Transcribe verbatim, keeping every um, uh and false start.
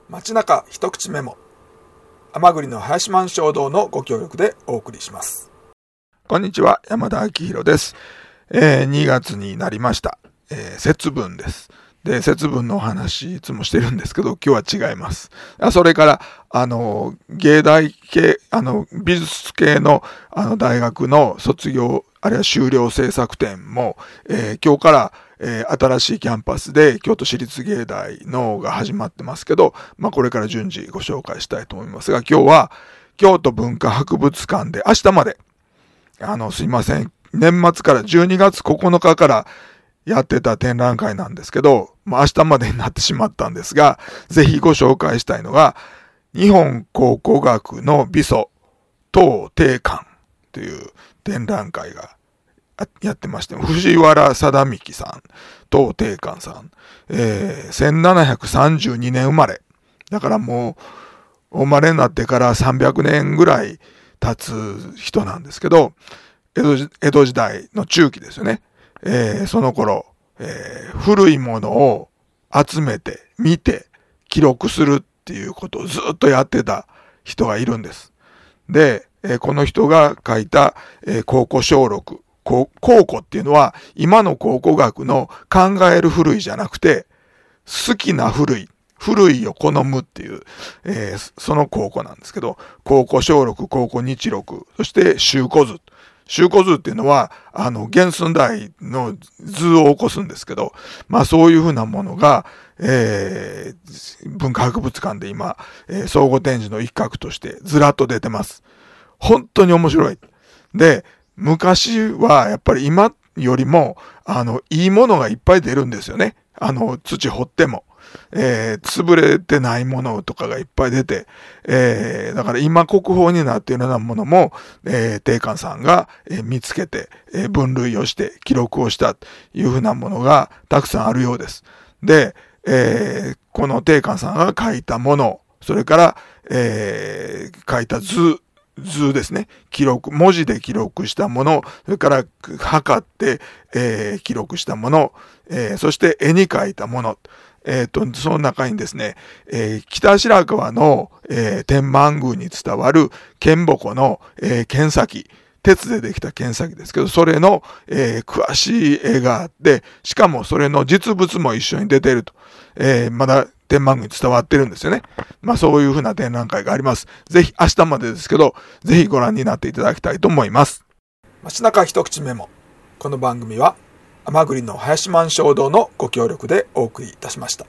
街中一口メモ、甘栗の林満衝動のご協力でお送りします。こんにちは、山田明宏です。えー、にがつになりました。えー、節分です。で、節分のお話いつもしてるんですけど、今日は違います。あそれから、あの、芸大系、あの、美術系の、あの、大学の卒業、あるいは修了制作展も、えー、今日から、えー、新しいキャンパスで京都市立芸大のが始まってますけど、まあ、これから順次ご紹介したいと思いますが、今日は、京都文化博物館で明日まで、あの、すいません、年末からじゅうにがつここのかからやってた展覧会なんですけど、まあ、明日までになってしまったんですが、ぜひご紹介したいのが、日本考古学の美祖当定館という展覧会がやってまして、藤原貞幹さん、当定館さん、えー、せんななひゃくさんじゅうにねん生まれ。だからもう、お生まれになってからさんびゃくねんぐらい経つ人なんですけど、江戸、江戸時代の中期ですよね。えー、その頃、えー、古いものを集めて、見て、記録するっていうことをずっとやってた人がいるんです。で、えー、この人が書いた、えー、考古小録。考古っていうのは、今の考古学の考える古いじゃなくて、好きな古い、古いを好むっていう、えー、その考古なんですけど、考古小録、考古日録、そして集古図。集古図っていうのは、あの、原寸大の図を起こすんですけど、まあそういうふうなものが、えー、文化博物館で今、えー、総合展示の一角としてずらっと出てます。本当に面白い。で、昔はやっぱり今よりも、あの、いいものがいっぱい出るんですよね。あの、土掘っても。えー、潰れてないものとかがいっぱい出て、えー、だから今国宝になっているようなものも、えー、定館さんが、えー、見つけて、えー、分類をして記録をしたというふうなものがたくさんあるようです。で、えー、この定館さんが書いたもの、それから、えー、書いた図、図ですね。記録、文字で記録したもの、それから測って、えー、記録したもの、えー、そして絵に描いたもの、えっと、その中にですね、えー、北白川の、えー、天満宮に伝わる剣鉾の、えー、剣先、鉄でできた剣先ですけど、それの、えー、詳しい絵があって、しかもそれの実物も一緒に出ていると。えー、まだ天満宮に伝わってるんですよね。まあそういうふうな展覧会があります。ぜひ明日までですけど、ぜひご覧になっていただきたいと思います。街中一口メモ。この番組は、甘栗の林満衝動のご協力でお送りいたしました。